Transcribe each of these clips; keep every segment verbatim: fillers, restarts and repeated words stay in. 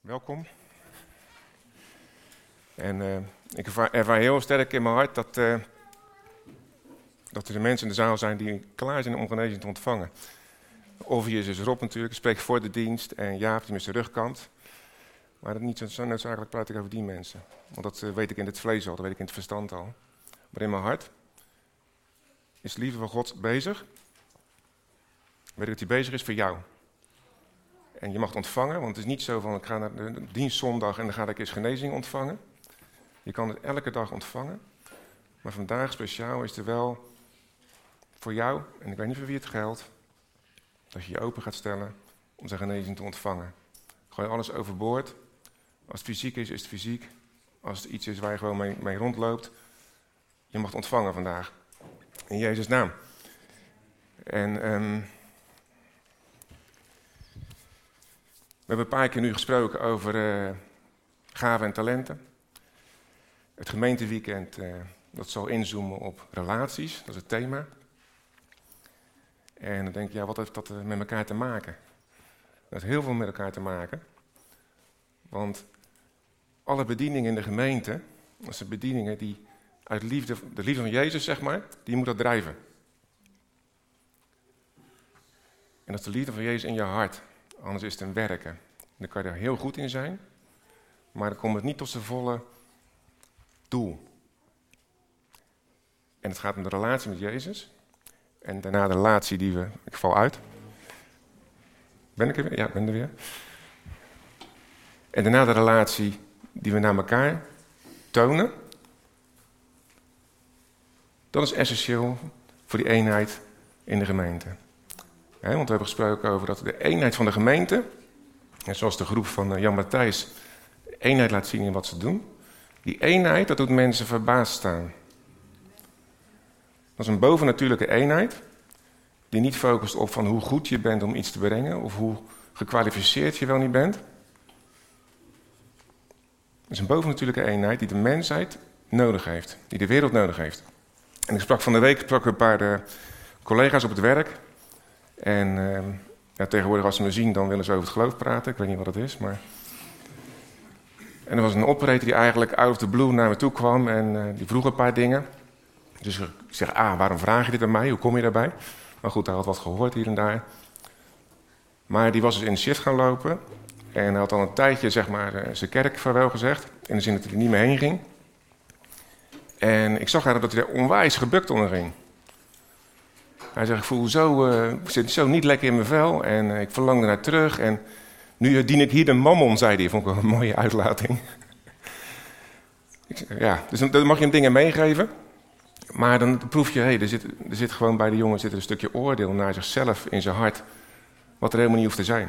welkom. En uh, ik ervaar, ervaar heel sterk in mijn hart dat, uh, dat er de mensen in de zaal zijn die klaar zijn om genezing te ontvangen. Of hier is dus Rob natuurlijk, ik spreek voor de dienst en Jaap die met zijn rugkant. Maar dat niet zo noodzakelijk praat ik over die mensen. Want dat uh, weet ik in het vlees al, dat weet ik in het verstand al. Maar in mijn hart is de liefde van God bezig. Weet ik dat hij bezig is voor jou. En je mag het ontvangen, want het is niet zo van ik ga naar de dienst zondag en dan ga ik eens genezing ontvangen. Je kan het elke dag ontvangen. Maar vandaag speciaal is er wel voor jou, en ik weet niet voor wie het geldt, dat je je open gaat stellen om zijn genezing te ontvangen. Gooi alles overboord. Als het fysiek is, is het fysiek. Als het iets is waar je gewoon mee, mee rondloopt, je mag het ontvangen vandaag. In Jezus' naam. En um, we hebben een paar keer nu gesproken over uh, gaven en talenten. Het gemeenteweekend, uh, dat zal inzoomen op relaties, dat is het thema. En dan denk je, ja, wat heeft dat uh, met elkaar te maken? Dat heeft heel veel met elkaar te maken. Want alle bedieningen in de gemeente, dat zijn bedieningen die uit liefde, de liefde van Jezus, zeg maar, die moet dat drijven. En dat is de liefde van Jezus in je hart. Anders is het een werken. Dan kan je er heel goed in zijn, maar dan komt het niet tot zijn volle doel. En het gaat om de relatie met Jezus. En daarna de relatie die we... Ik val uit. Ben ik er weer? Ja, ik ben er weer. En daarna de relatie die we naar elkaar tonen. Dat is essentieel voor die eenheid in de gemeente. He, want we hebben gesproken over dat de eenheid van de gemeente, en zoals de groep van Jan Matthijs, de eenheid laat zien in wat ze doen. Die eenheid, dat doet mensen verbaasd staan. Dat is een bovennatuurlijke eenheid, die niet focust op van hoe goed je bent om iets te brengen, of hoe gekwalificeerd je wel niet bent. Het is een bovennatuurlijke eenheid die de mensheid nodig heeft, die de wereld nodig heeft. En ik sprak van de week sprak een paar uh, collega's op het werk. En uh, ja, tegenwoordig als ze me zien, dan willen ze over het geloof praten. Ik weet niet wat het is, maar... En er was een operator die eigenlijk out of the blue naar me toe kwam en uh, die vroeg een paar dingen. Dus ik zeg, ah, waarom vraag je dit aan mij? Hoe kom je daarbij? Maar goed, hij had wat gehoord hier en daar. Maar die was dus in de shift gaan lopen. En hij had al een tijdje, zeg maar, uh, zijn kerk vaarwel gezegd. In de zin dat hij er niet meer heen ging. En ik zag eigenlijk dat hij er onwijs gebukt onder ging. Hij zegt, ik voel zo, uh, ik zit zo niet lekker in mijn vel en uh, ik verlang ernaar terug. En nu dien ik hier de mammon, zei hij. Vond ik wel een mooie uitlating. ik zeg, ja, dus dan mag je hem dingen meegeven. Maar dan proef je, hey, er, zit, er zit gewoon bij de jongen zit een stukje oordeel naar zichzelf in zijn hart. Wat er helemaal niet hoeft te zijn.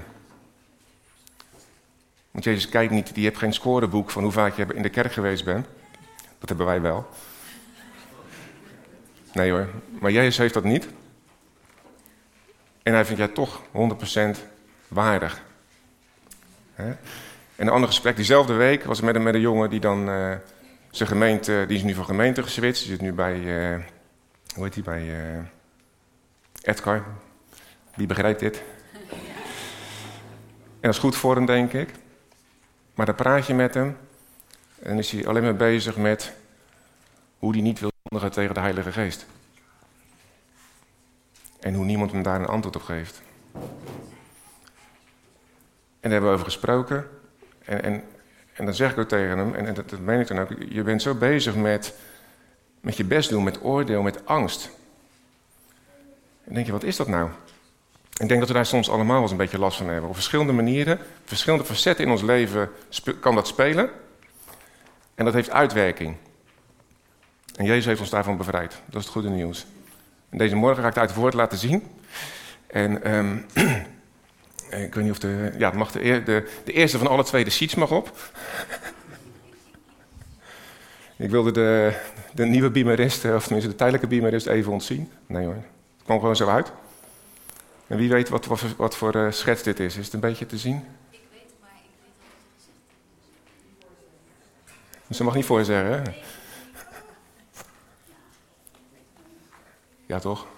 Want Jezus kijkt niet, die heeft geen scoreboek van hoe vaak je in de kerk geweest bent. Dat hebben wij wel. Nee hoor, maar Jezus heeft dat niet. En hij vindt jij toch honderd procent waardig. He? En een ander gesprek, diezelfde week, was met een, met een jongen die dan uh, zijn gemeente, die is nu van gemeente geswitcht. Die zit nu bij, uh, hoe heet die, bij uh, Edgar. Die begrijpt dit. En dat is goed voor hem, denk ik. Maar dan praat je met hem en dan is hij alleen maar bezig met hoe hij niet wil zondigen tegen de Heilige Geest. En hoe niemand hem daar een antwoord op geeft. En daar hebben we over gesproken. En, en, en dan zeg ik ook tegen hem, en, en dat, dat meen ik dan ook, je bent zo bezig met, met je best doen, met oordeel, met angst. En dan denk je, wat is dat nou? Ik denk dat we daar soms allemaal wel eens een beetje last van hebben. Op verschillende manieren, verschillende facetten in ons leven spe- kan dat spelen. En dat heeft uitwerking. En Jezus heeft ons daarvan bevrijd. Dat is het goede nieuws. En deze morgen ga ik het uit het woord laten zien. En um, ik weet niet of de... Ja, het mag de, eer, de, de eerste van alle twee, de sheets mag op. Ik wilde de, de nieuwe biemerist, of tenminste de tijdelijke biemerist even ontzien. Nee hoor, het kwam gewoon zo uit. En wie weet wat, wat, wat voor uh, schets dit is. Is het een beetje te zien? Ik weet het, maar ik weet wat het is. Dus ze mag niet voor je zeggen, hè? Ja, toch?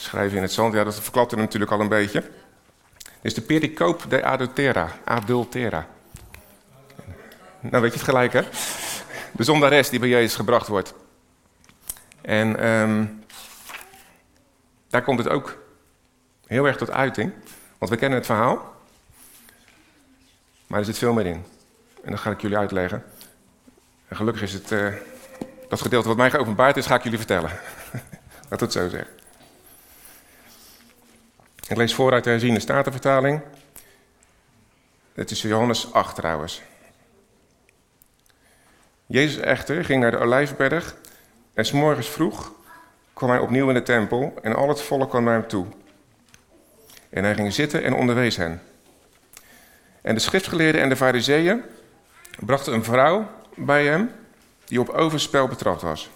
Schrijven in het zand, ja, dat verklapte hem natuurlijk al een beetje. Dit is de pericoop de adultera. Adultera. Nou weet je het gelijk, hè? De zondares die bij Jezus gebracht wordt. En um, daar komt het ook heel erg tot uiting. Want we kennen het verhaal. Maar er zit veel meer in. En dat ga ik jullie uitleggen. En gelukkig is het... Uh, dat gedeelte wat mij geopenbaard is, ga ik jullie vertellen. Laat het zo zeggen. Ik lees voor uit de herziene statenvertaling. Het is Johannes acht trouwens. Jezus echter ging naar de Olijfberg en 's morgens vroeg kwam hij opnieuw in de tempel en al het volk kwam naar hem toe. En hij ging zitten en onderwees hen. En de schriftgeleerden en de farizeeën brachten een vrouw bij hem die op overspel betrapt was.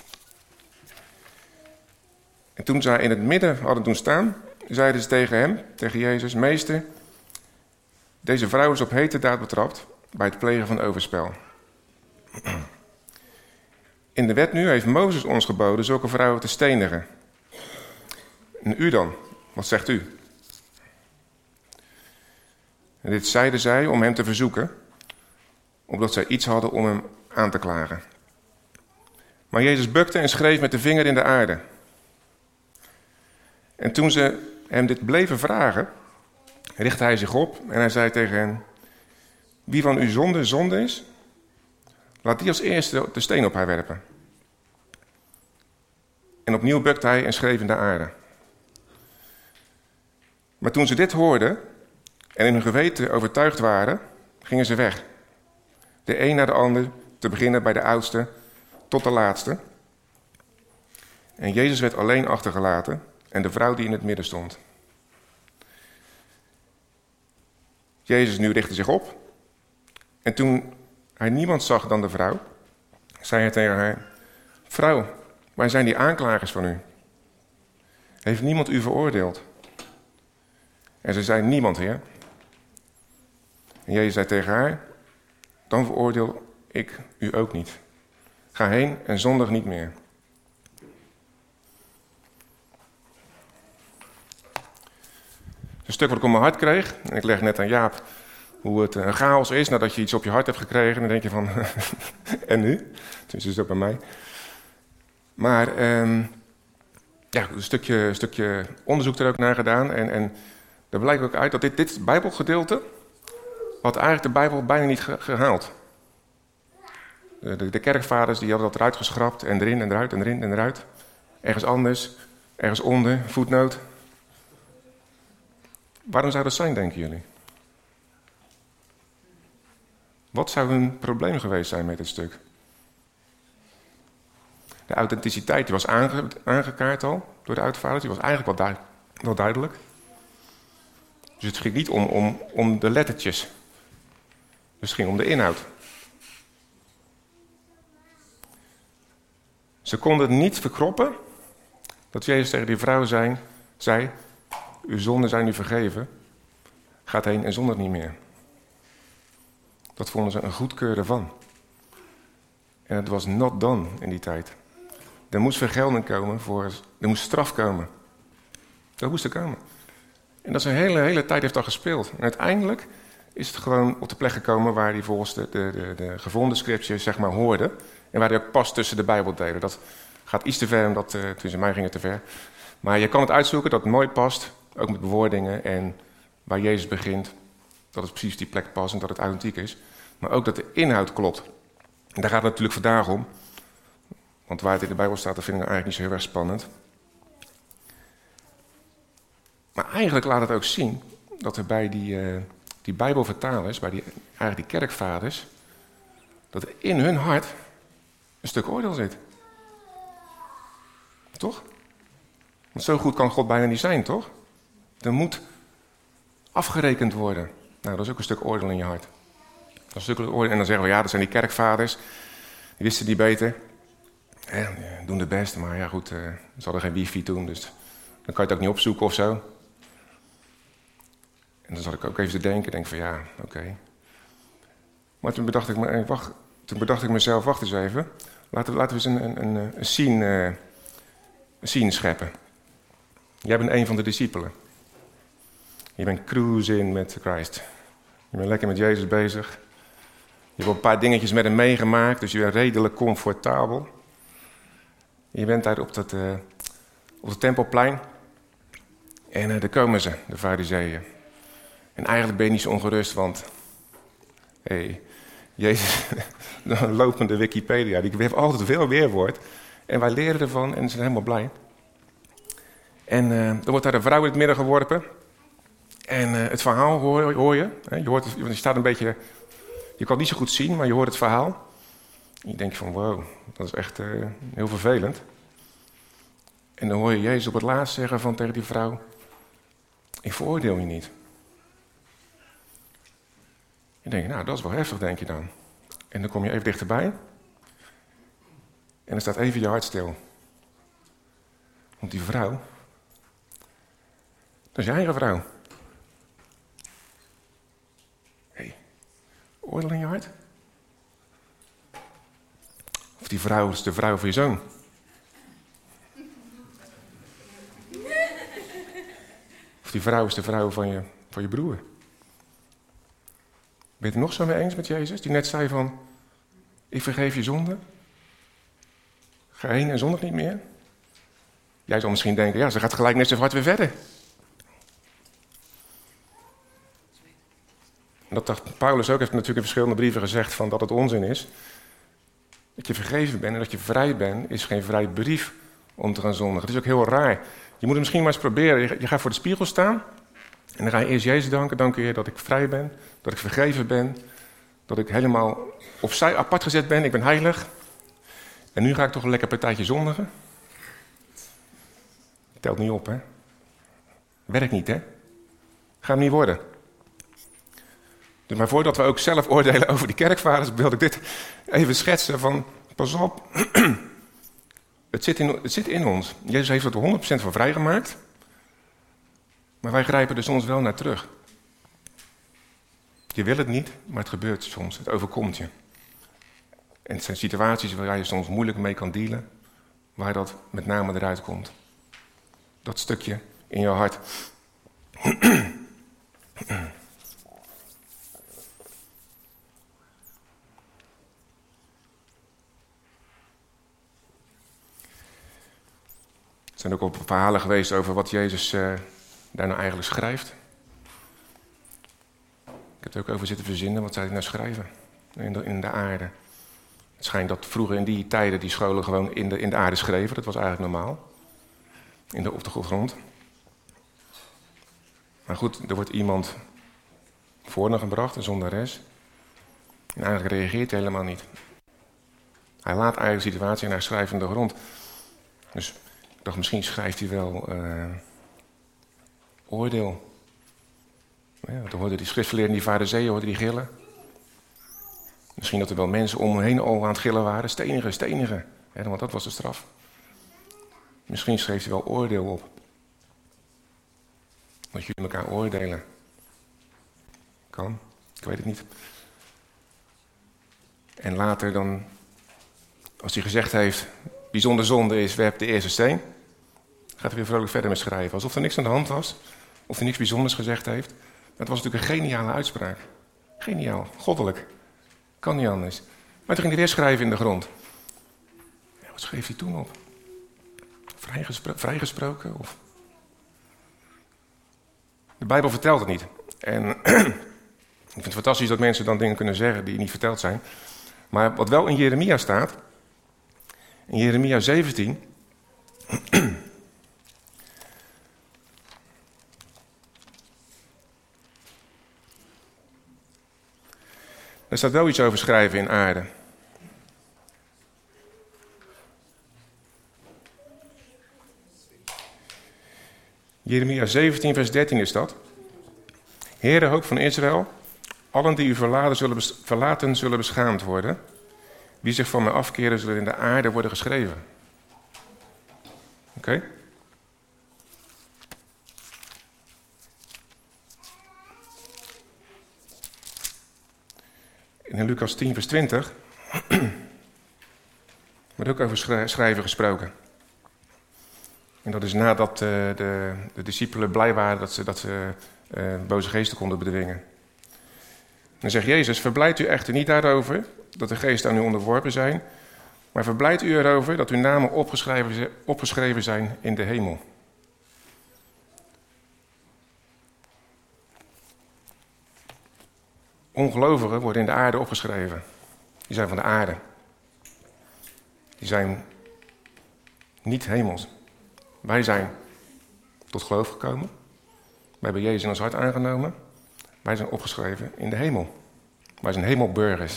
En toen zij in het midden hadden doen staan, zeiden ze tegen hem, tegen Jezus: Meester, deze vrouw is op heterdaad betrapt bij het plegen van overspel. In de wet nu heeft Mozes ons geboden zulke vrouwen te stenigen. En u dan, wat zegt u? En dit zeiden zij om hem te verzoeken, opdat zij iets hadden om hem aan te klagen. Maar Jezus bukte en schreef met de vinger in de aarde. En toen ze hem dit bleven vragen, richtte hij zich op en hij zei tegen hen: Wie van u zonde zonde is, laat die als eerste de steen op haar werpen. En opnieuw bukte hij en schreef in de aarde. Maar toen ze dit hoorden en in hun geweten overtuigd waren, gingen ze weg. De een na de ander, te beginnen bij de oudste tot de laatste. En Jezus werd alleen achtergelaten en de vrouw die in het midden stond. Jezus nu richtte zich op en toen hij niemand zag dan de vrouw, zei hij tegen haar: Vrouw, waar zijn die aanklagers van u? Heeft niemand u veroordeeld? En ze zei: Niemand, Heer. En Jezus zei tegen haar: Dan veroordeel ik u ook niet. Ga heen en zondig niet meer. Een stuk wat ik op mijn hart kreeg, en ik leg net aan Jaap hoe het een chaos is nadat je iets op je hart hebt gekregen. Dan denk je van, en nu? Dus is dat bij mij. Maar um, ja, een stukje, een stukje onderzoek er ook naar gedaan. En, en daar blijkt ook uit dat dit, dit Bijbelgedeelte had eigenlijk de Bijbel bijna niet ge- gehaald. De, de, de kerkvaders die hadden dat eruit geschrapt en erin en eruit en erin en eruit. Ergens anders, ergens onder, voetnoot. Waarom zou dat zijn, denken jullie? Wat zou hun probleem geweest zijn met dit stuk? De authenticiteit die was aange, aangekaart al door de uitvaders, die was eigenlijk wel, du, wel duidelijk. Dus het ging niet om, om, om de lettertjes. Dus het ging om de inhoud. Ze konden het niet verkroppen dat Jezus tegen die vrouw zei, zei: Uw zonden zijn u vergeven, gaat heen en zondigt niet meer. Dat vonden ze een goedkeuren van. En het was not done in die tijd. Er moest vergelding komen, voor, er moest straf komen. Dat moest er komen. En dat is een hele, hele tijd heeft dat gespeeld. En uiteindelijk is het gewoon op de plek gekomen waar hij volgens de, de, de, de gevonden scriptures zeg maar hoorde. En waar hij ook past tussen de Bijbeldelen. Dat gaat iets te ver, omdat, uh, tussen mij ging het te ver. Maar je kan het uitzoeken dat het mooi past, ook met bewoordingen. En waar Jezus begint, dat het precies die plek past en dat het authentiek is. Maar ook dat de inhoud klopt. En daar gaat het natuurlijk vandaag om. Want waar het in de Bijbel staat, dat vind ik eigenlijk niet zo heel erg spannend. Maar eigenlijk laat het ook zien dat er bij die, uh, die Bijbelvertalers, bij die, eigenlijk die kerkvaders, dat er in hun hart een stuk oordeel zit. Toch? Want zo goed kan God bijna niet zijn, toch? Er moet afgerekend worden. Nou, dat is ook een stuk oordeel in je hart. Dat is een stuk oordeel. En dan zeggen we, ja, dat zijn die kerkvaders. Die wisten niet beter. Ja, die doen het best, maar ja goed, uh, ze hadden geen wifi toen, dus dan kan je het ook niet opzoeken of zo. En dan zat ik ook even te denken, denk van ja, oké. Okay. Maar toen bedacht ik, me, wacht, toen bedacht ik mezelf, wacht eens even. Laten we, laten we eens een, een, een, een, scene, uh, een scene scheppen. Jij bent een van de discipelen. Je bent cruising met Christ. Je bent lekker met Jezus bezig. Je hebt een paar dingetjes met hem meegemaakt, dus je bent redelijk comfortabel. Je bent daar op het, uh, op het Tempelplein. En uh, daar komen ze, de Farizeeën. En eigenlijk ben je niet zo ongerust, want... Hey, Jezus, een lopende Wikipedia, die heeft altijd veel weerwoord. En wij leren ervan en ze zijn helemaal blij. En uh, er wordt daar een vrouw in het midden geworpen. En uh, het verhaal hoor, hoor je. Hè? Je, hoort het, je staat een beetje... Je kan het niet zo goed zien, maar je hoort het verhaal. En je denkt van, wow, dat is echt uh, heel vervelend. En dan hoor je Jezus op het laatst zeggen van tegen die vrouw... Ik veroordeel je niet. Je denkt, nou, dat is wel heftig, denk je dan. En dan kom je even dichterbij. En dan staat even je hart stil. Want die vrouw... Dat is je eigen vrouw. Hé, hey, oordeel in je hart? Of die vrouw is de vrouw van je zoon. Of die vrouw is de vrouw van je, van je broer. Ben je het er nog zo mee eens met Jezus? Die net zei van, ik vergeef je zonde. Ga heen en zondig niet meer. Jij zal misschien denken, ja, ze gaat gelijk net zo hard weer verder. En dat dacht Paulus ook, heeft natuurlijk in verschillende brieven gezegd van dat het onzin is. Dat je vergeven bent en dat je vrij bent, is geen vrij brief om te gaan zondigen. Het is ook heel raar. Je moet het misschien maar eens proberen. Je, je gaat voor de spiegel staan en dan ga je eerst Jezus danken. Dank u Heer dat ik vrij ben, dat ik vergeven ben, dat ik helemaal opzij apart gezet ben. Ik ben heilig. En nu ga ik toch een lekker partijtje zondigen. Telt niet op, hè. Werkt niet, hè. Gaat hem niet worden. Dus maar voordat we ook zelf oordelen over die kerkvaders, wil ik dit even schetsen van, pas op, het zit, in, het zit in ons. Jezus heeft er honderd procent van vrijgemaakt, maar wij grijpen er soms wel naar terug. Je wil het niet, maar het gebeurt soms, het overkomt je. En het zijn situaties waar je soms moeilijk mee kan dealen, waar dat met name eruit komt. Dat stukje in jouw hart. Er zijn ook al verhalen geweest over wat Jezus uh, daar nou eigenlijk schrijft. Ik heb er ook over zitten verzinnen, wat zou hij nou schrijven in de, in de aarde. Het schijnt dat vroeger in die tijden die scholen gewoon in de, in de aarde schreven. Dat was eigenlijk normaal. In de, op de grond. Maar goed, er wordt iemand voor gebracht, een zondares. En eigenlijk reageert hij helemaal niet. Hij laat eigenlijk de situatie en hij schrijft in de grond. Dus ik dacht, misschien schrijft hij wel uh, oordeel. Ja, dan hoorden die schriftgeleerden, die farizeeën, hoorden die gillen. Misschien dat er wel mensen om me heen al aan het gillen waren. Stenigen, stenigen. Ja, want dat was de straf. Misschien schreef hij wel oordeel op. Dat jullie elkaar oordelen. Kan, ik weet het niet. En later dan, als hij gezegd heeft, bijzonder zonde is, werp de eerste steen. Gaat hij weer vrolijk verder met schrijven. Alsof er niks aan de hand was. Of hij niks bijzonders gezegd heeft. Dat was natuurlijk een geniale uitspraak. Geniaal, goddelijk. Kan niet anders. Maar toen ging hij weer schrijven in de grond. Ja, wat schreef hij toen op? Vrijgespro- vrijgesproken? Of... De Bijbel vertelt het niet. En ik vind het fantastisch dat mensen dan dingen kunnen zeggen die niet verteld zijn. Maar wat wel in Jeremia staat, in Jeremia zeventien... Daar staat wel iets over schrijven in aarde. Jeremia zeventien, vers dertien is dat. Heere, hoop van Israël, allen die u verlaten zullen, bes- verlaten zullen beschaamd worden. Wie zich van mij afkeren zullen in de aarde worden geschreven. Oké? Okay? In Lucas tien, vers twintig wordt ook over schrijven gesproken. En dat is nadat uh, de, de discipelen blij waren dat ze, dat ze uh, boze geesten konden bedwingen. Dan zegt Jezus, verblijdt u echter niet daarover dat de geesten aan u onderworpen zijn, maar verblijdt u erover dat uw namen opgeschreven, opgeschreven zijn in de hemel. Ongelovigen worden in de aarde opgeschreven. Die zijn van de aarde. Die zijn niet hemels. Wij zijn tot geloof gekomen. Wij hebben Jezus in ons hart aangenomen. Wij zijn opgeschreven in de hemel. Wij zijn hemelburgers.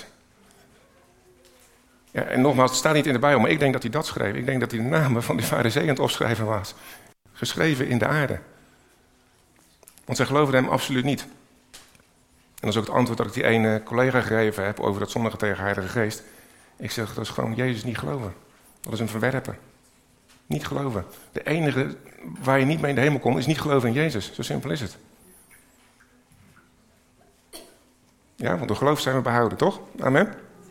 Ja, en nogmaals, het staat niet in de Bijbel, maar ik denk dat hij dat schreef. Ik denk dat hij de namen van die farizeeën aan het opschrijven was. Geschreven in de aarde. Want zij geloven hem absoluut niet. En dat is ook het antwoord dat ik die ene collega gegeven heb over dat zondige tegen Heilige Geest. Ik zeg, dat is gewoon Jezus niet geloven. Dat is een verwerpen. Niet geloven. De enige waar je niet mee in de hemel komt, is niet geloven in Jezus. Zo simpel is het. Ja, want door geloof zijn we behouden, toch? Amen.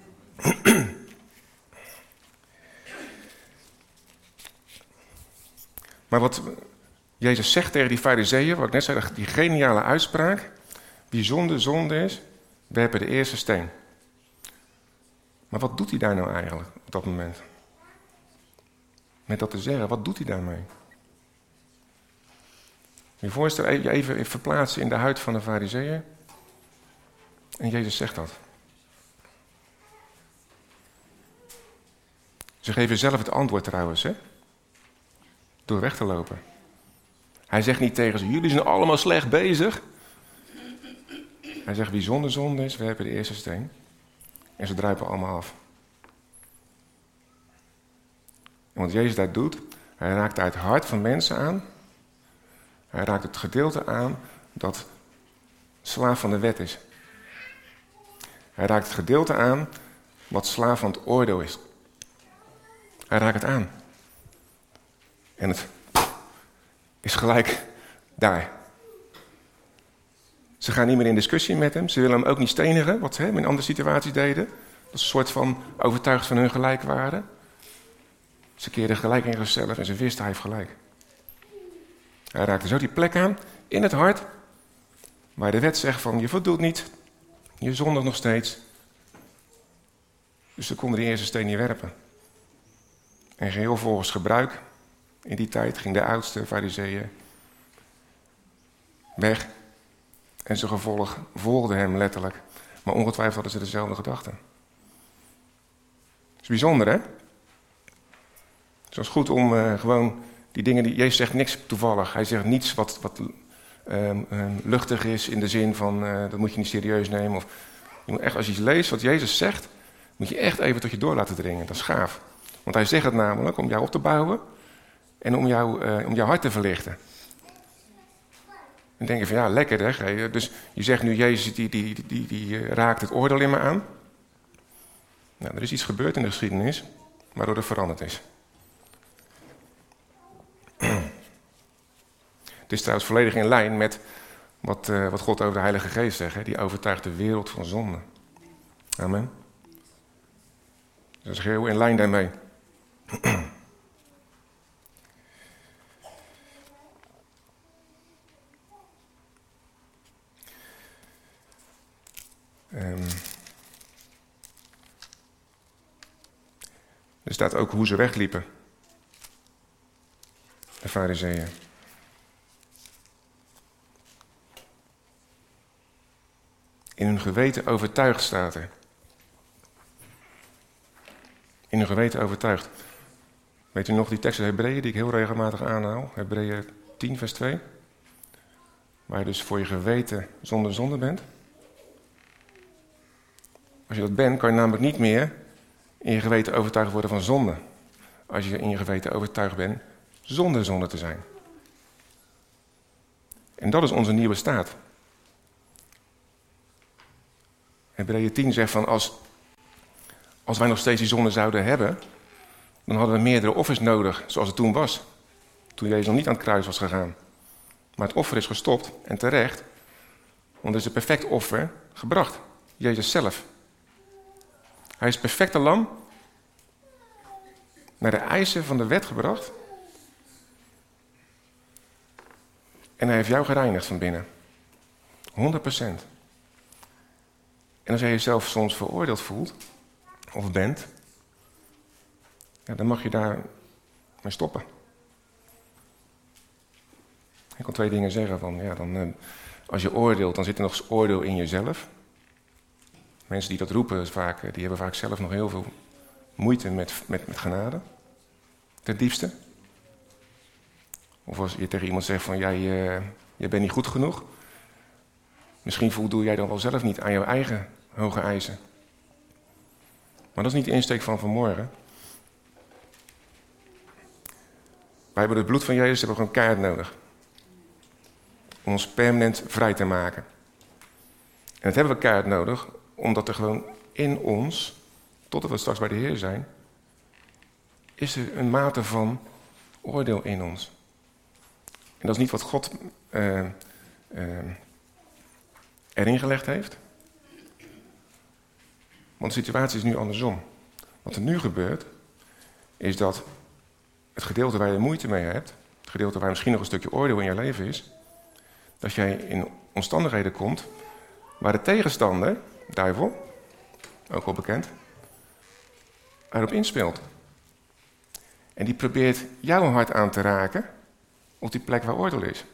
Maar wat Jezus zegt tegen die farizeeën, wat ik net zei, die geniale uitspraak. Wie zonde zonde is, werpen de eerste steen. Maar wat doet hij daar nou eigenlijk op dat moment? Met dat te zeggen, wat doet hij daarmee? Je voorstelt je even verplaatsen in de huid van de farizeeën. En Jezus zegt dat. Ze geven zelf het antwoord trouwens, hè? Door weg te lopen. Hij zegt niet tegen ze, jullie zijn allemaal slecht bezig. Hij zegt, wie zonder zonde is, werpen de eerste steen. En ze druipen allemaal af. En wat Jezus daar doet, hij raakt uit het hart van mensen aan. Hij raakt het gedeelte aan dat slaaf van de wet is. Hij raakt het gedeelte aan wat slaaf van het oordeel is. Hij raakt het aan. En het is gelijk daar. Ze gaan niet meer in discussie met hem. Ze willen hem ook niet stenigen, wat ze in andere situaties deden. Dat is een soort van overtuigd van hun gelijkwaarde. Ze keerden gelijk in zichzelf en ze wisten hij heeft gelijk. Hij raakte zo die plek aan, in het hart, waar de wet zegt van je voldoet niet, je zondigt nog steeds. Dus ze konden die eerste steen niet werpen. En geheel volgens gebruik, in die tijd ging de oudste farizeeën weg. En zijn gevolg volgde hem letterlijk. Maar ongetwijfeld hadden ze dezelfde gedachten. Dat is bijzonder, hè? Het is goed om uh, gewoon die dingen... Die, Jezus zegt niks toevallig. Hij zegt niets wat, wat um, um, luchtig is in de zin van... Uh, dat moet je niet serieus nemen. Of, je moet echt, als je iets leest wat Jezus zegt... moet je echt even tot je door laten dringen. Dat is gaaf. Want hij zegt het namelijk om jou op te bouwen... en om, jou, uh, om jouw hart te verlichten. En denk je van ja, lekker hè. Dus je zegt nu, Jezus die, die, die, die, die raakt het oordeel in me aan. Nou, er is iets gebeurd in de geschiedenis, waardoor het veranderd is. Het is trouwens volledig in lijn met wat, uh, wat God over de Heilige Geest zegt. Hè? Die overtuigt de wereld van zonde. Amen. Dat is heel in lijn daarmee. Um, er staat ook hoe ze wegliepen. De farizeeën. In hun geweten overtuigd staat er. In hun geweten overtuigd. Weet u nog die tekst uit Hebreeën die ik heel regelmatig aanhaal? Hebreeën tien vers twee. Waar je dus voor je geweten zonder zonde bent. Als je dat bent, kan je namelijk niet meer in je geweten overtuigd worden van zonde. Als je in je geweten overtuigd bent zonder zonde te zijn. En dat is onze nieuwe staat. Hebreeën tien zegt van als, als wij nog steeds die zonde zouden hebben, dan hadden we meerdere offers nodig, zoals het toen was. Toen Jezus nog niet aan het kruis was gegaan. Maar het offer is gestopt en terecht, want er is een perfect offer gebracht. Jezus zelf. Hij is het perfecte lam naar de eisen van de wet gebracht. En hij heeft jou gereinigd van binnen. honderd procent. En als jij jezelf soms veroordeeld voelt, of bent, ja, dan mag je daar mee stoppen. Ik kan twee dingen zeggen van, ja, dan, eh, als je oordeelt, dan zit er nog eens oordeel in jezelf. Mensen die dat roepen, vaak, die hebben vaak zelf nog heel veel moeite met, met, met genade. Ten diepste. Of als je tegen iemand zegt van, jij, uh, jij bent niet goed genoeg. Misschien voldoe jij dan wel zelf niet aan jouw eigen hoge eisen. Maar dat is niet de insteek van vanmorgen. Wij hebben het bloed van Jezus hebben gewoon keihard nodig. Om ons permanent vrij te maken. En dat hebben we keihard nodig, omdat er gewoon in ons, totdat we straks bij de Heer zijn, is er een mate van oordeel in ons. En dat is niet wat God uh, uh, erin gelegd heeft. Want de situatie is nu andersom. Wat er nu gebeurt, is dat het gedeelte waar je moeite mee hebt, het gedeelte waar misschien nog een stukje oordeel in je leven is, dat jij in omstandigheden komt waar de tegenstander, duivel, ook wel bekend, erop inspeelt. En die probeert jouw hart aan te raken op die plek waar oordeel is.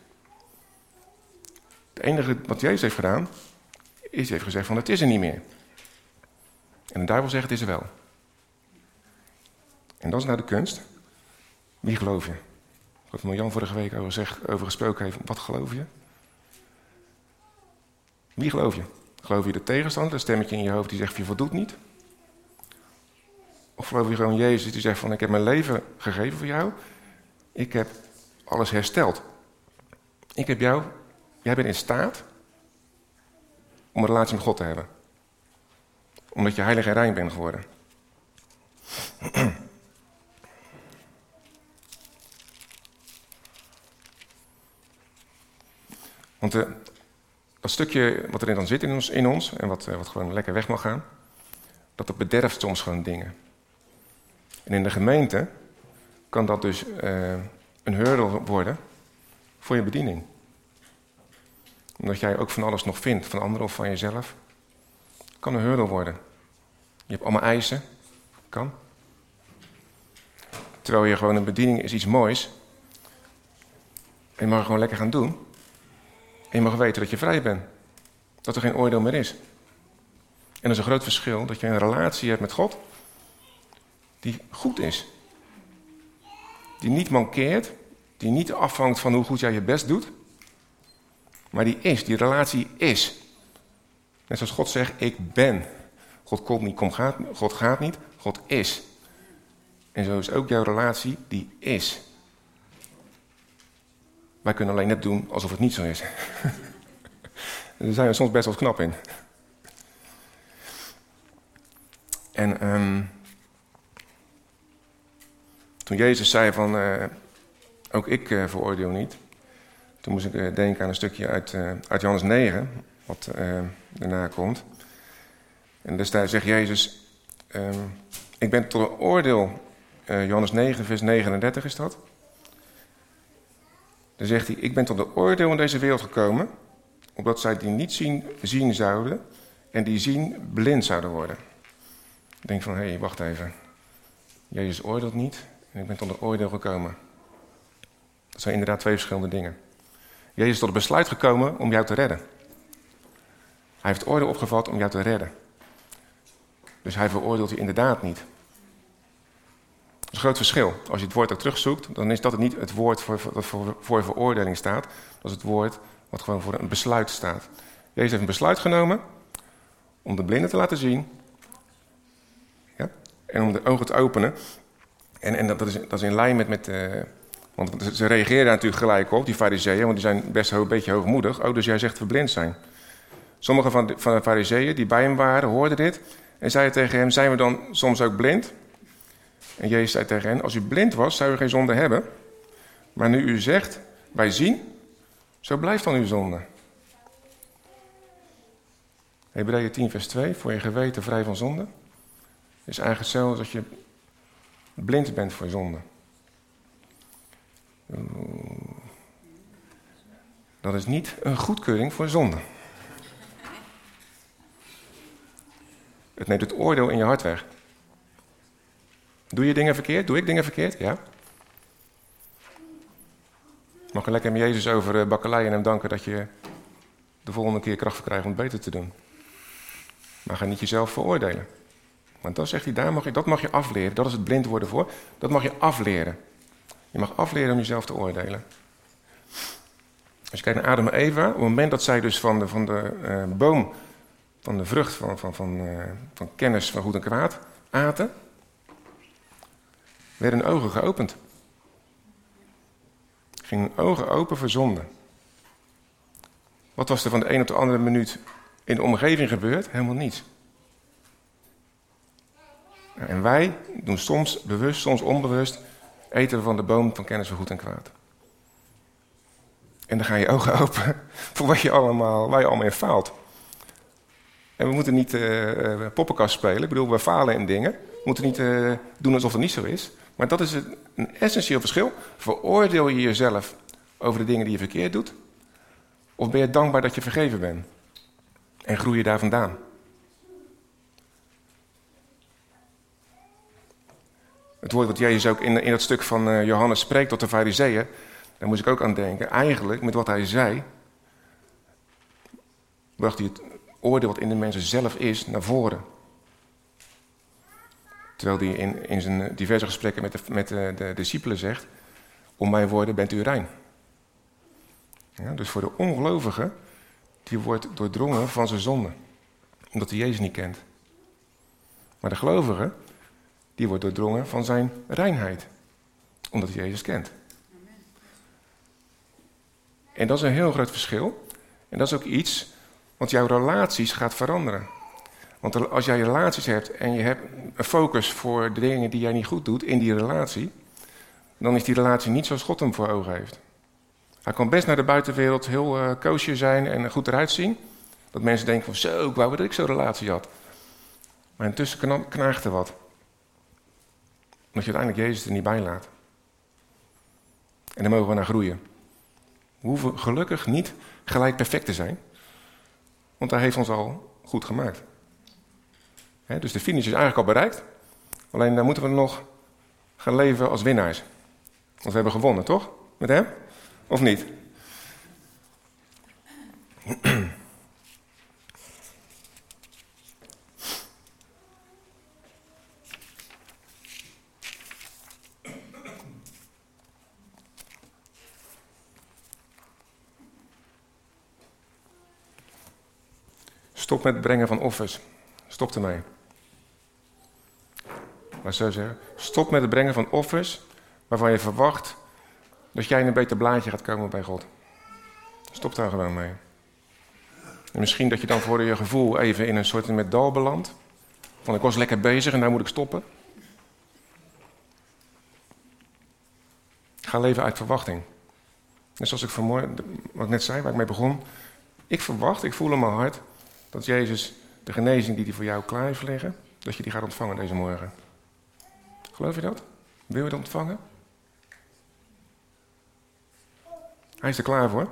Het enige wat Jezus heeft gedaan, is hij heeft gezegd van het is er niet meer. En de duivel zegt het is er wel. En dat is nou de kunst. Wie geloof je? Wat Jan vorige week over, zegt, over gesproken heeft, wat geloof je? Wie geloof je? Geloof je de tegenstander, dat stemmetje in je hoofd die zegt je voldoet niet? Of geloof je gewoon Jezus die zegt van ik heb mijn leven gegeven voor jou. Ik heb alles hersteld. Ik heb jou, jij bent in staat om een relatie met God te hebben. Omdat je heilig en rein bent geworden. Want de, dat stukje wat erin dan zit in ons, in ons en wat, wat gewoon lekker weg mag gaan, dat dat bederft soms gewoon dingen. En in de gemeente kan dat dus uh, een hurdle worden voor je bediening. Omdat jij ook van alles nog vindt, van anderen of van jezelf. Kan een hurdle worden. Je hebt allemaal eisen. Kan. Terwijl je gewoon een bediening is iets moois. En je mag het gewoon lekker gaan doen. En je mag weten dat je vrij bent. Dat er geen oordeel meer is. En dat is een groot verschil dat je een relatie hebt met God die goed is. Die niet mankeert. Die niet afhangt van hoe goed jij je best doet. Maar die is. Die relatie is. Net zoals God zegt, ik ben. God komt niet, kom, gaat, God gaat niet, God is. En zo is ook jouw relatie, die is. Wij kunnen alleen net doen alsof het niet zo is. Daar zijn we soms best wel knap in. En um, toen Jezus zei van, uh, ook ik uh, veroordeel niet. Toen moest ik uh, denken aan een stukje uit, uh, uit Johannes negen, wat uh, daarna komt. En destijds zegt Jezus, um, ik ben tot een oordeel, uh, Johannes negen, vers negenendertig is dat. Dan zegt hij, ik ben tot een oordeel in deze wereld gekomen, opdat zij die niet zien, zien zouden en die zien blind zouden worden. Ik denk van, hé, hey, wacht even. Jezus oordeelt niet en ik ben tot een oordeel gekomen. Dat zijn inderdaad twee verschillende dingen. Jezus is tot het besluit gekomen om jou te redden. Hij heeft oordeel opgevat om jou te redden. Dus hij veroordeelt je inderdaad niet. Dat is een groot verschil. Als je het woord ook terugzoekt, dan is dat niet het woord voor, voor, voor, voor veroordeling staat. Dat is het woord wat gewoon voor een besluit staat. Jezus heeft een besluit genomen om de blinden te laten zien. Ja? En om de ogen te openen. En, en dat, dat, is, dat is in lijn met... met uh, want ze reageerden natuurlijk gelijk op, die fariseeën, want die zijn best een beetje hoogmoedig. Oh, dus jij zegt we blind zijn. Sommige van de, van de fariseeën die bij hem waren, hoorden dit en zeiden tegen hem, zijn we dan soms ook blind? En Jezus zei tegen hen, als u blind was, zou u geen zonde hebben. Maar nu u zegt, wij zien, zo blijft dan uw zonde. Hebreeën tien vers twee, voor je geweten vrij van zonde, is eigenlijk hetzelfde als je blind bent voor zonde. Dat is niet een goedkeuring voor zonde. Het neemt het oordeel in je hart weg. Doe je dingen verkeerd? Doe ik dingen verkeerd? Ja. Mag je lekker met Jezus over bakkelei en hem danken dat je de volgende keer kracht verkrijgt om het beter te doen. Maar ga niet jezelf veroordelen. Want dan zegt hij, daar mag je, dat mag je afleren. Dat is het blind worden voor. Dat mag je afleren. Je mag afleren om jezelf te oordelen. Als je kijkt naar Adam en Eva, op het moment dat zij dus van de, van de uh, boom, van de vrucht van, van, van, uh, van kennis van goed en kwaad aten, werden hun ogen geopend. Gingen hun ogen open voor zonde. Wat was er van de een op de andere minuut in de omgeving gebeurd? Helemaal niets. En wij doen soms bewust, soms onbewust, eten we van de boom van kennis van goed en kwaad. En dan gaan je ogen open voor wat je allemaal, waar je allemaal in faalt. En we moeten niet uh, poppenkast spelen. Ik bedoel, we falen in dingen. We moeten niet uh, doen alsof het niet zo is. Maar dat is een, een essentieel verschil. Veroordeel je jezelf over de dingen die je verkeerd doet? Of ben je dankbaar dat je vergeven bent? En groei je daar vandaan? Het woord wat Jezus ook in, in dat stuk van uh, Johannes spreekt tot de Farizeeën, daar moest ik ook aan denken. Eigenlijk, met wat hij zei, bracht hij het oordeel wat in de mensen zelf is naar voren. Terwijl hij in, in zijn diverse gesprekken met de, met de, de discipelen zegt, om mijn woorden bent u rein. Ja, dus voor de ongelovige, die wordt doordrongen van zijn zonde. Omdat hij Jezus niet kent. Maar de gelovige, die wordt doordrongen van zijn reinheid. Omdat hij Jezus kent. En dat is een heel groot verschil. En dat is ook iets wat jouw relaties gaat veranderen. Want als jij relaties hebt en je hebt een focus voor de dingen die jij niet goed doet in die relatie, dan is die relatie niet zoals God hem voor ogen heeft. Hij kan best naar de buitenwereld heel uh, koosje zijn en goed eruit zien. Dat mensen denken van zo, ik wou dat ik zo'n relatie had. Maar intussen knaagt er wat. Omdat je uiteindelijk Jezus er niet bij laat. En daar mogen we naar groeien. We hoeven gelukkig niet gelijk perfect te zijn. Want hij heeft ons al goed gemaakt. He, dus de finish is eigenlijk al bereikt. Alleen dan moeten we nog gaan leven als winnaars. Want we hebben gewonnen, toch? Met hem? Of niet? Stop met het brengen van offers. Stop ermee. Maar zo zeggen. Stop met het brengen van offers waarvan je verwacht dat jij in een beter blaadje gaat komen bij God. Stop daar gewoon mee. En misschien dat je dan voor je gevoel even in een soort met dal belandt. Van ik was lekker bezig en nou moet ik stoppen. Ga leven uit verwachting. Net zoals ik vanmorgen, wat ik net zei, waar ik mee begon. Ik verwacht, ik voel in mijn hart dat Jezus de genezing die hij voor jou klaar heeft liggen, dat je die gaat ontvangen deze morgen. Geloof je dat? Wil je dat ontvangen? Hij is er klaar voor.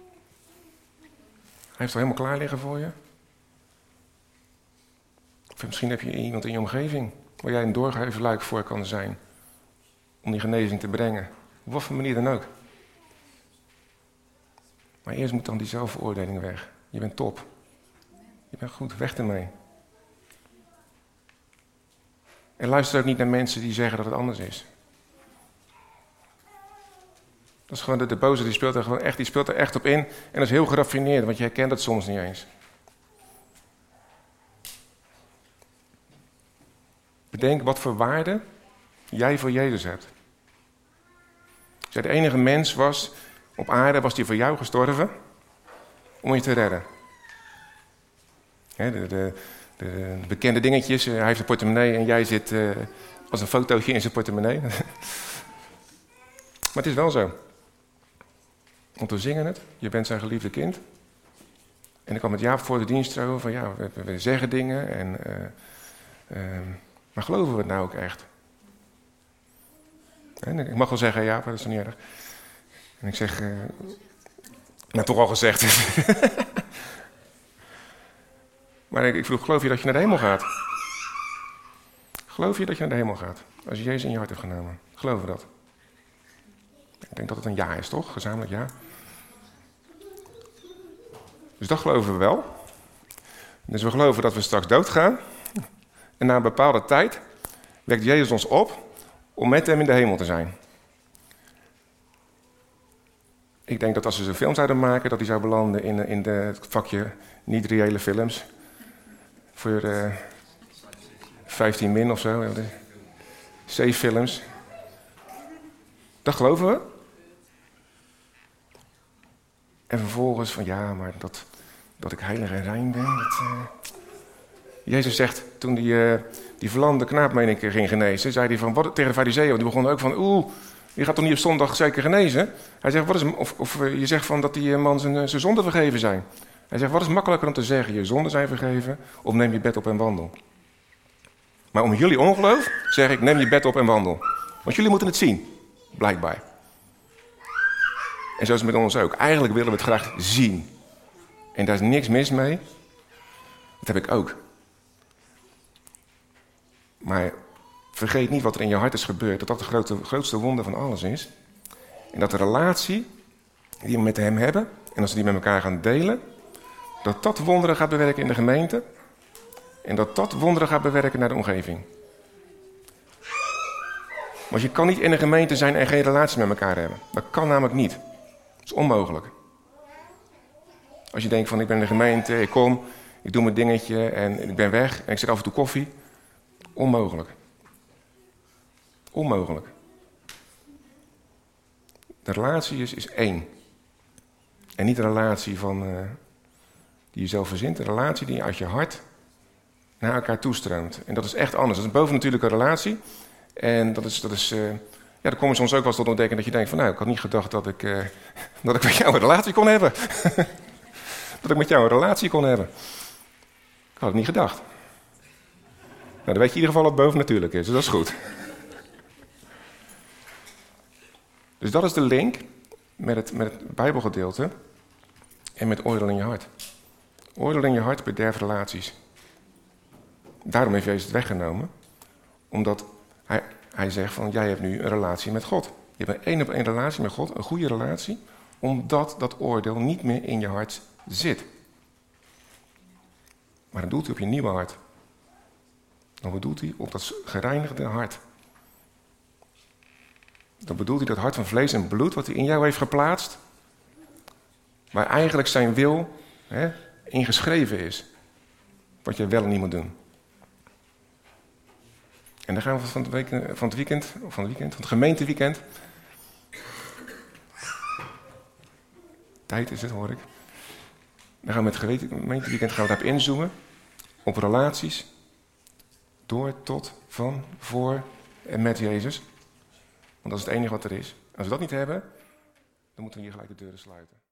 Hij heeft al helemaal klaar liggen voor je. Of misschien heb je iemand in je omgeving waar jij een doorgeefluik voor kan zijn om die genezing te brengen. Op wat voor manier dan ook. Maar eerst moet dan die zelfveroordeling weg. Je bent top. Je bent goed, weg ermee. En luister ook niet naar mensen die zeggen dat het anders is. Dat is gewoon de, de boze, die speelt er gewoon echt, die speelt er echt op in. En dat is heel geraffineerd, want je herkent het soms niet eens. Bedenk wat voor waarde jij voor Jezus hebt. Als jij de enige mens was op aarde, was die voor jou gestorven om je te redden. He, de, de, de bekende dingetjes, hij heeft een portemonnee en jij zit uh, als een fotootje in zijn portemonnee. Maar het is wel zo. Want we zingen het, je bent zijn geliefde kind. En ik kwam met Jaap voor de dienst over van ja, we, we zeggen dingen. En, uh, uh, maar geloven we het nou ook echt? En ik mag wel zeggen, ja, dat is toch niet erg. En ik zeg, uh, Nou, toch al gezegd. Maar ik, ik vroeg, geloof je dat je naar de hemel gaat? Geloof je dat je naar de hemel gaat? Als je Jezus in je hart hebt genomen. Geloven we dat? Ik denk dat het een ja is, toch? Gezamenlijk ja. Dus dat geloven we wel. Dus we geloven dat we straks doodgaan. En na een bepaalde tijd wekt Jezus ons op om met hem in de hemel te zijn. Ik denk dat als we zo'n film zouden maken, dat die zou belanden in, in de, het vakje niet-reële films. Voor uh, vijftien min of zo. C-films. Dat geloven we. En vervolgens van ja, maar dat, dat ik heilig en rein ben. Dat, uh... Jezus zegt, toen die, uh, die verlamde knaap, meen ik, ging genezen, zei hij van, wat, tegen de farizeeën, die begonnen ook van, oeh, je gaat toch niet op zondag zeker genezen? Hij zegt, wat is, of, of je zegt van dat die man zijn, zijn zonden vergeven zijn. Hij zegt, wat is makkelijker om te zeggen, je zonden zijn vergeven, of neem je bed op en wandel. Maar om jullie ongeloof zeg ik, neem je bed op en wandel. Want jullie moeten het zien, blijkbaar. En zo is het met ons ook. Eigenlijk willen we het graag zien. En daar is niks mis mee. Dat heb ik ook. Maar vergeet niet wat er in je hart is gebeurd. Dat dat de grote, grootste wonder van alles is. En dat de relatie die we met hem hebben, en als we die met elkaar gaan delen, dat dat wonderen gaat bewerken in de gemeente. En dat dat wonderen gaat bewerken naar de omgeving. Want je kan niet in een gemeente zijn en geen relatie met elkaar hebben. Dat kan namelijk niet. Dat is onmogelijk. Als je denkt van ik ben in de gemeente, ik kom, ik doe mijn dingetje en ik ben weg en ik zet af en toe koffie. Onmogelijk. Onmogelijk. De relatie is, is één. En niet de relatie van, uh, die je zelf verzint. De relatie die uit je hart naar elkaar toestroomt. En dat is echt anders. Dat is een bovennatuurlijke relatie. En dat is... Dat is uh, ja, dan kom je soms ook wel eens tot ontdekken dat je denkt van nou, ik had niet gedacht dat ik, uh, dat ik met jou een relatie kon hebben. Dat ik met jou een relatie kon hebben. Ik had het niet gedacht. Nou, dan weet je in ieder geval wat bovennatuurlijk is, dus dat is goed. Dus dat is de link met het, met het Bijbelgedeelte en met oordeel in je hart. Oordeel in je hart bederft relaties. Daarom heeft Jezus het weggenomen, omdat hij, hij zegt van jij hebt nu een relatie met God. Je hebt een één op één relatie met God, een goede relatie, omdat dat oordeel niet meer in je hart zit. Maar dan doelt hij op je nieuwe hart. Dan bedoelt hij op dat gereinigde hart. Dan bedoelt hij dat hart van vlees en bloed wat hij in jou heeft geplaatst. Waar eigenlijk zijn wil hè, ingeschreven is. Wat je wel en niet moet doen. En dan gaan we van het, week, van het weekend, of van het weekend, van het gemeenteweekend. Tijd is het, hoor ik. Dan gaan we met het gemeenteweekend gaan we daarop inzoomen. Op relaties. Door, tot, van, voor en met Jezus. Want dat is het enige wat er is. Als we dat niet hebben, dan moeten we hier gelijk de deuren sluiten.